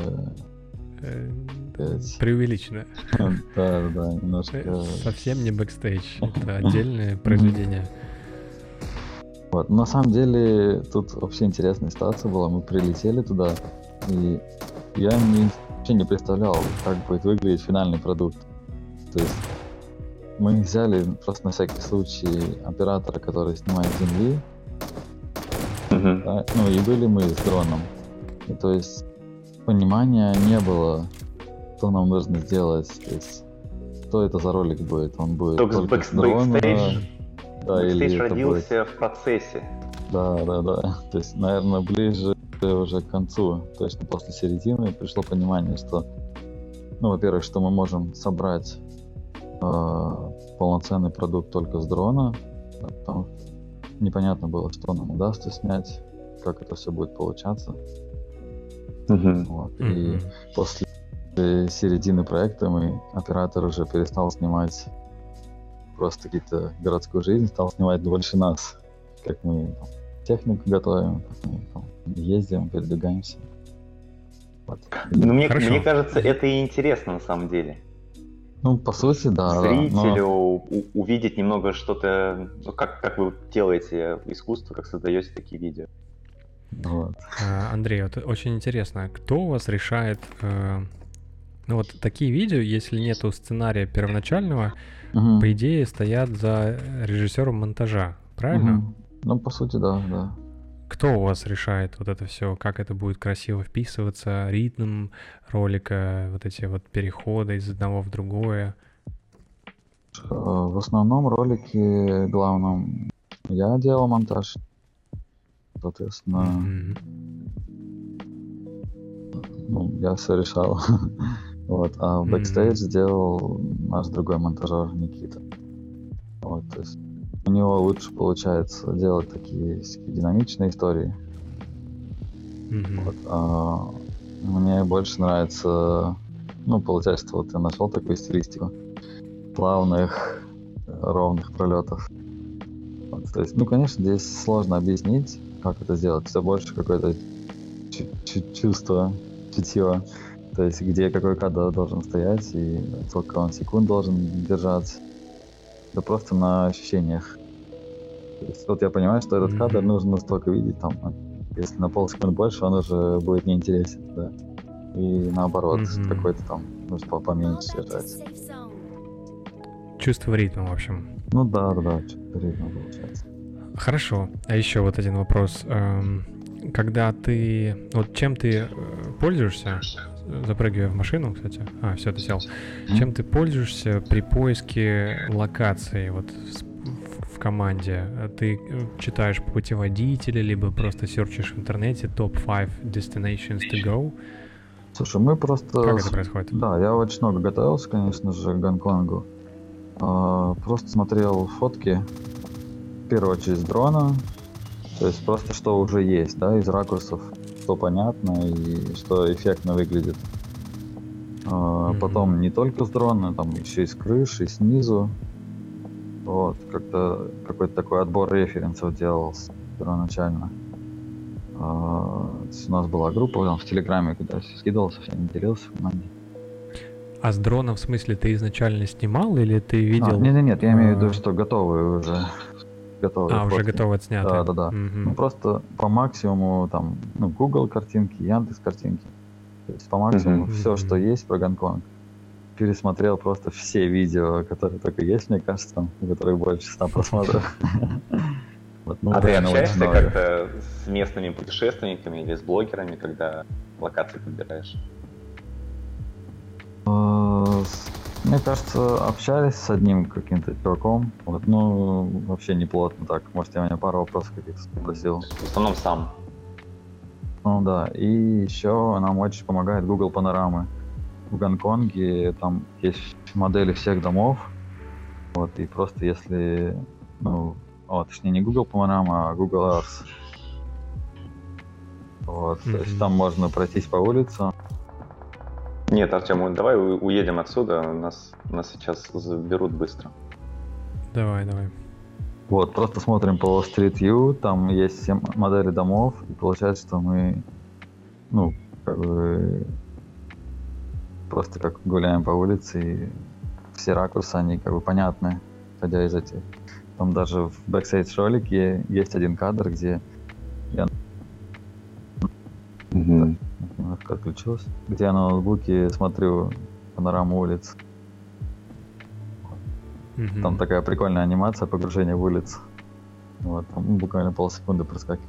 преувеличено. Да, немножко... Совсем не бэкстейдж, это отдельное произведение. Вот, на самом деле, тут вообще интересная ситуация была. Мы прилетели туда, и я вообще не представлял, как будет выглядеть финальный продукт. То есть мы взяли просто на всякий случай оператора, который снимает с земли, да, ну и были мы с дроном. И, то есть понимания не было, что нам нужно сделать, то есть что это за ролик будет. Он будет только с дрона. Бэкстейдж родился в процессе. Да. То есть, наверное, ближе уже к концу, точно после середины, пришло понимание, что, ну, во-первых, что мы можем собрать полноценный продукт только с дрона. Там непонятно было, что нам удастся снять, как это все будет получаться. Вот. И после середины проекта оператор уже перестал снимать просто какие-то городскую жизнь, стал снимать больше нас, как мы там, технику готовим, как мы там, ездим, передвигаемся. Вот. Ну, мне кажется, это и интересно на самом деле. Ну, по сути, да. Зрителю увидеть немного что-то, ну, как вы делаете искусство, как создаете такие видео. Вот. Андрей, вот очень интересно, кто у вас решает, ну вот такие видео, если нету сценария первоначального, по идее стоят за режиссером монтажа, правильно? Ну, по сути, да. Кто у вас решает вот это все, как это будет красиво вписываться, ритм ролика, вот эти вот переходы из одного в другое? В основном ролики главном я делал монтаж, соответственно, ну, я все решал. Вот, а в бэкстейдж сделал наш другой монтажер Никита. Вот, то есть у него лучше получается делать такие динамичные истории. Вот, а мне больше нравится, ну, получается, вот я нашел такую стилистику плавных, ровных пролетов. Вот, то есть, ну, конечно, здесь сложно объяснить, как это сделать. Все больше какое-то чувство, чутье. То есть, где какой кадр должен стоять и сколько он секунд должен держаться. Да просто на ощущениях. То есть, вот я понимаю, что этот кадр нужно столько видеть, там, если на полсекунды больше, он уже будет неинтересен, да. И наоборот, какой-то там нужно поменьше держать. Чувство ритма, в общем. Ну да, чувство ритма получается. Хорошо. А еще вот один вопрос. Когда ты... Вот чем ты пользуешься? Запрыгивая в машину, кстати. Все, ты сел. Чем ты пользуешься при поиске локации вот в команде? Ты читаешь путеводители, либо просто серчишь в интернете топ-5 destinations to go? Слушай, мы просто... Как это происходит? Да, я очень много готовился, конечно же, к Гонконгу. Просто смотрел фотки, в первую очередь, с дрона. То есть просто что уже есть, да, из ракурсов, что понятно и что эффектно выглядит. Потом не только с дрона, там еще и с крыши, и снизу. Вот, как-то какой-то такой отбор референсов делался первоначально. У нас была группа там в Телеграме, куда я все скидывался, всем делился в команде. А с дрона, в смысле, ты изначально снимал или ты видел? Нет, я имею в виду, что готовые уже. Уже готовы отснятые. Да. Ну, просто по максимуму там, ну, Google картинки, Яндекс картинки. То есть по максимуму все, что есть про Гонконг. Пересмотрел просто все видео, которые только есть, мне кажется, там, у которых больше 100 просмотров. А ты общаешься как-то с местными путешественниками или с блогерами, когда локации подбираешь? Мне кажется, общались с одним каким-то чуваком. Вот, ну, вообще не плотно так. Может, я у него пару вопросов каких-то спросил. В основном сам. Ну да. И еще нам очень помогает Google Панорамы. В Гонконге там есть модели всех домов. Вот, и просто если, ну, точнее не Google Панорама, а Google Earth. Вот, то есть там можно пройтись по улице. Нет, Артем, давай уедем отсюда, нас сейчас заберут быстро. Давай. Вот, просто смотрим по Street View, там есть все модели домов, и получается, что мы, ну, как бы, просто как гуляем по улице, и все ракурсы, они как бы понятны, исходя из этих. Там даже в бэкстейдж ролике есть один кадр, где я... Немножко отключилась. Где я на ноутбуке смотрю панораму улиц. Там такая прикольная анимация погружения в улицу. Вот, там буквально полсекунды проскакивает.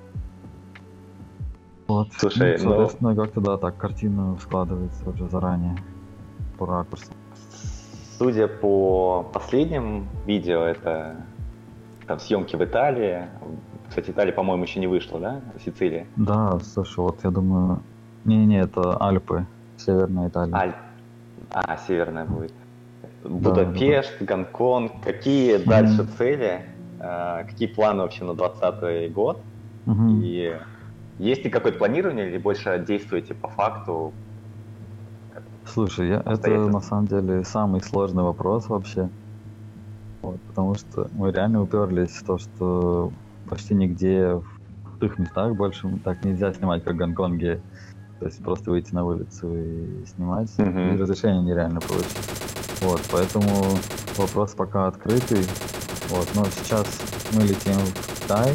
Вот. Слушай, соответственно, как-то да, так картина складывается уже заранее по ракурсу. Судя по последним видео, это там съемки в Италии. Кстати, Италия, по-моему, еще не вышла, да? Сицилия. Да, слушай, вот я думаю... Не, это Альпы, Северная Италия. Северная будет. Будапешт, Гонконг. Какие дальше цели? Какие планы вообще на 2020 год? И есть ли какое-то планирование или больше действуете по факту? Слушай, это на самом деле самый сложный вопрос вообще. Вот, потому что мы реально уперлись в то, что почти нигде в крутых местах больше так нельзя снимать, как в Гонконге. То есть просто выйти на улицу и снимать, и разрешение нереально получить. Вот, поэтому вопрос пока открытый. Вот, но сейчас мы летим в Китай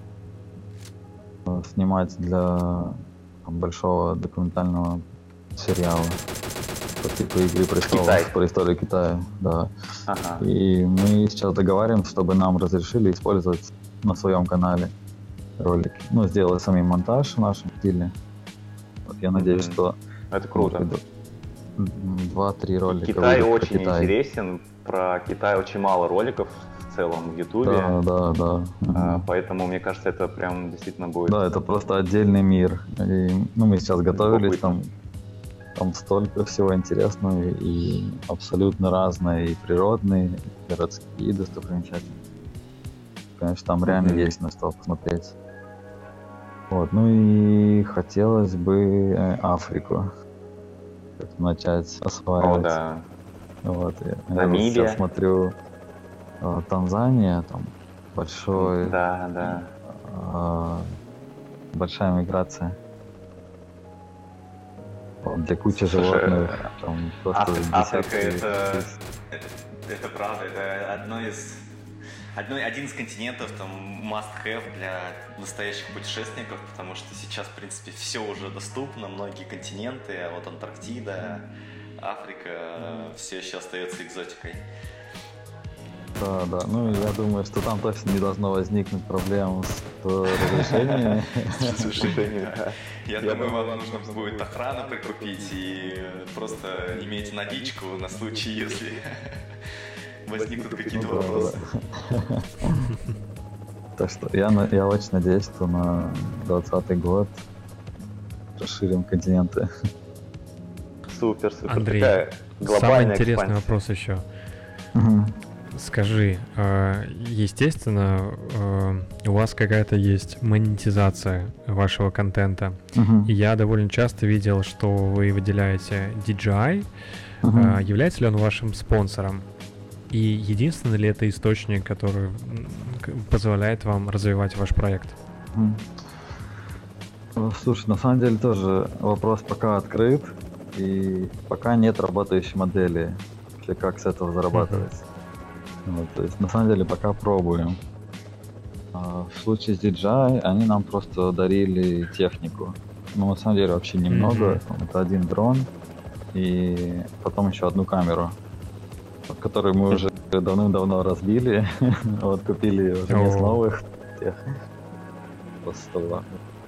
снимать для большого документального сериала по типу «Игры престолов» про историю Китая, да. Ага. И мы сейчас договариваемся, чтобы нам разрешили использовать на своем канале ролики. Ну, сделать сами монтаж в нашем стиле. Вот, я надеюсь, что... Это круто. 2-3 ролика. Китай очень интересен. Про Китай очень мало роликов в целом в Ютубе. Да. Поэтому, мне кажется, это прям действительно будет... Да, это просто отдельный мир. И, мы сейчас готовились, там столько всего интересного и абсолютно разное, и природные, и городские достопримечательности. Конечно, там реально есть на что посмотреть. Вот, ну и хотелось бы Африку начать осваивать. О, да. Вот, я сейчас смотрю Танзания, там большой, большая миграция. Вот, для кучи животных. Там просто Африка это правда, это один из континентов, там, must-have для настоящих путешественников, потому что сейчас, в принципе, все уже доступно, многие континенты, а вот Антарктида, Африка все еще остается экзотикой. Да, ну я думаю, что там точно не должно возникнуть проблем с разрешением. Я думаю, вам нужно будет охрану прикупить и просто иметь наличку на случай, если возникнут какие-то вопросы. Так что я очень надеюсь, что на 2020 год расширим континенты. Супер. Андрей, самый интересный вопрос еще. Скажи, естественно, у вас какая-то есть монетизация вашего контента. И я довольно часто видел, что вы выделяете DJI. Является ли он вашим спонсором? И единственный ли это источник, который позволяет вам развивать ваш проект? Слушай, на самом деле тоже вопрос пока открыт. И пока нет работающей модели, как с этого зарабатывать. Вот, то есть на самом деле пока пробуем. В случае с DJI они нам просто дарили технику. Ну, на самом деле вообще немного. Это один дрон и потом еще одну камеру, которую мы уже давным-давно разбили. Вот купили уже из новых тех. Просто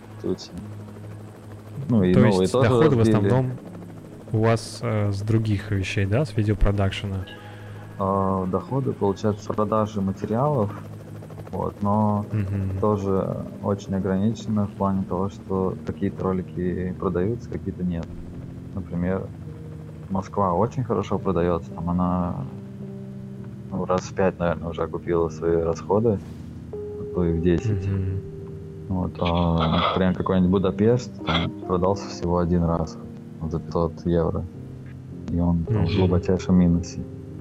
ну и то новые есть тоже доходы разбили. в основном у вас с других вещей, да, с видеопродакшена? Доходы получаются с продажи материалов, вот, но тоже очень ограничено в плане того, что какие-то ролики продаются, какие-то нет. Например, Москва очень хорошо продается, там она раз в 5, наверное, уже окупила свои расходы, а то и в 10. Вот, например, какой-нибудь Будапешт там продался всего один раз за 500 евро, и он в глубочайшем минусе.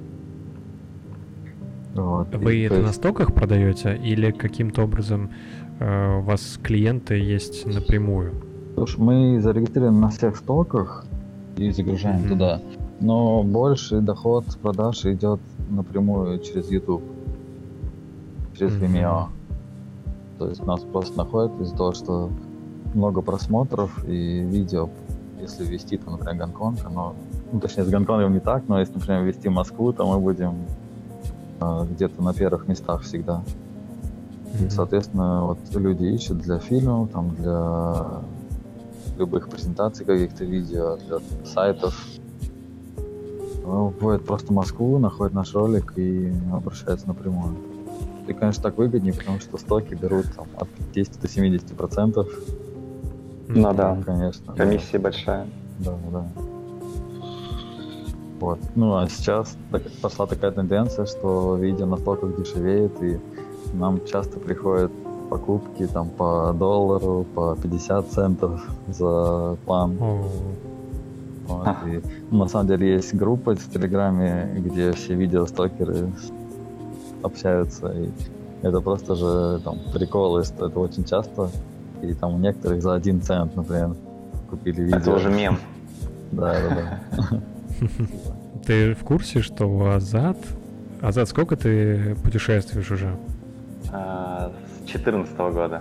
Вот. Вы это на стоках продаете или каким-то образом у вас клиенты есть напрямую? Слушай, мы зарегистрированы на всех стоках и загружаем туда, но больший доход с продаж идет напрямую через YouTube, через Vimeo. То есть нас просто находят из-за того, что много просмотров и видео, если ввести, там, например, Гонконг, точнее с Гонконгом не так, но если, например, ввести Москву, то мы будем где-то на первых местах всегда. И, соответственно, вот люди ищут для фильмов, там, для любых презентаций каких-то видео, для сайтов. Вводят просто Москву, находят наш ролик и обращаются напрямую. И, конечно, так выгоднее, потому что стоки берут там, от 50 до 70%. Ну да, конечно. Комиссия большая. Да. Вот. Ну а сейчас пошла такая тенденция, что видео на стоках дешевеет, и нам часто приходят покупки там по $1, по 50 центов за план. Вот. И, на самом деле есть группа в Телеграме, где все видеостокеры общаются, и Это просто же там приколы, это очень часто. И там у некоторых за 1 цент, например, купили видео. Это уже мем. Да. Ты в курсе, что у Азат, сколько ты путешествуешь уже? С 2014 года.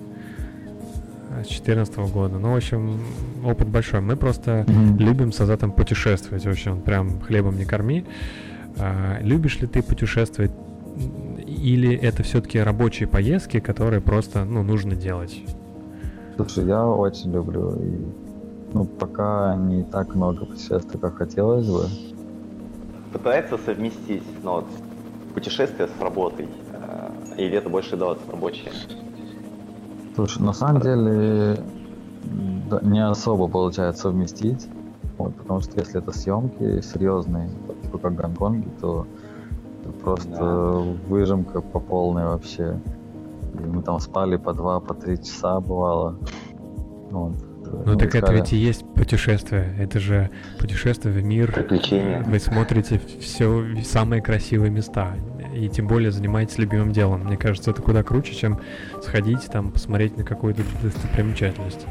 С 2014 года. Ну, в общем, опыт большой. Мы просто любим с Азатом путешествовать. В общем, прям хлебом не корми. Любишь ли ты путешествовать? Или это все-таки рабочие поездки, которые просто, нужно делать? Слушай, я очень люблю. И, пока не так много путешествий, как хотелось бы. Пытается совместить путешествия с работой? Или это больше рабочие? Слушай, на самом деле не особо получается совместить. Потому что если это съемки серьезные, типа как в Гонконге, то просто выжимка по полной вообще. И мы там спали по 2-3 часа бывало. Так это ведь и есть путешествие. Это же путешествие в мир. Приключения. Вы смотрите все самые красивые места. И тем более занимаетесь любимым делом. Мне кажется, это куда круче, чем сходить там, посмотреть на какую-то достопримечательность.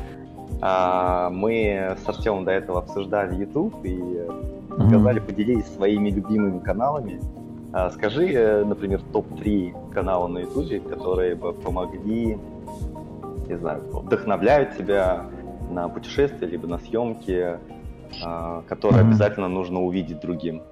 Мы с Артемом до этого обсуждали YouTube и сказали, поделились своими любимыми каналами. Скажи, например, топ-3 канала на YouTube, которые бы помогли, не знаю, вдохновляют тебя на путешествия, либо на съемки, которые обязательно нужно увидеть другим.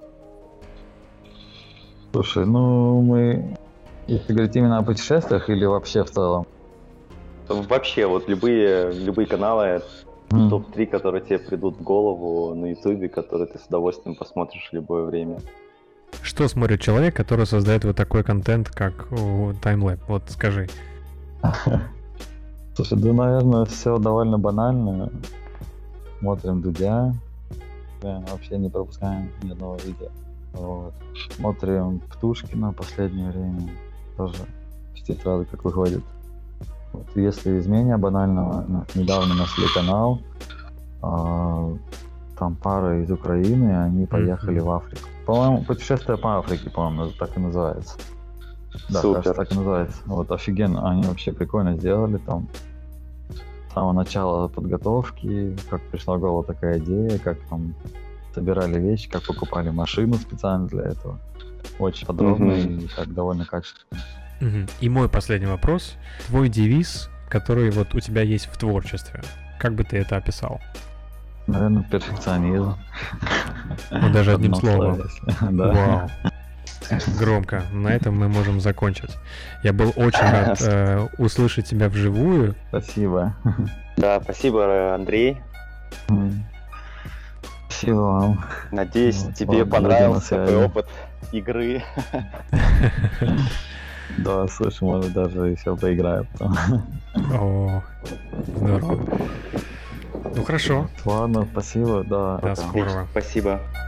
Слушай, мы, если говорить именно о путешествиях или вообще в целом? Вообще, любые каналы, топ-3, которые тебе придут в голову на YouTube, которые ты с удовольствием посмотришь в любое время. Что смотрит человек, который создает вот такой контент, как таймлэп? Вот скажи. Слушай, наверное, все довольно банально. Смотрим Дудя. Вообще не пропускаем ни одного видео. Смотрим Птушкина в последнее время. Тоже почти сразу как выходит. Если из менее банального, недавно нашли канал. Там пара из Украины, они поехали в Африку. По-моему, путешествие по Африке, по-моему, так и называется. Да, супер. кажется, так и называется. Офигенно, они вообще прикольно сделали там. С самого начала подготовки, как пришла в голову такая идея, как там собирали вещи, как покупали машину специально для этого. Очень подробно и так довольно качественно. И мой последний вопрос. Твой девиз, который вот у тебя есть в творчестве, как бы ты это описал? Наверное, перфекционизм. Даже одним словом. Да. Вау. Громко. На этом мы можем закончить. Я был очень рад услышать тебя вживую. Спасибо. Да, спасибо, Андрей. Спасибо вам. Надеюсь, тебе понравился такой опыт игры. Да, слушай, может даже еще поиграем. О, здорово. Ну хорошо. Ладно, спасибо, да. До скорого. Спасибо.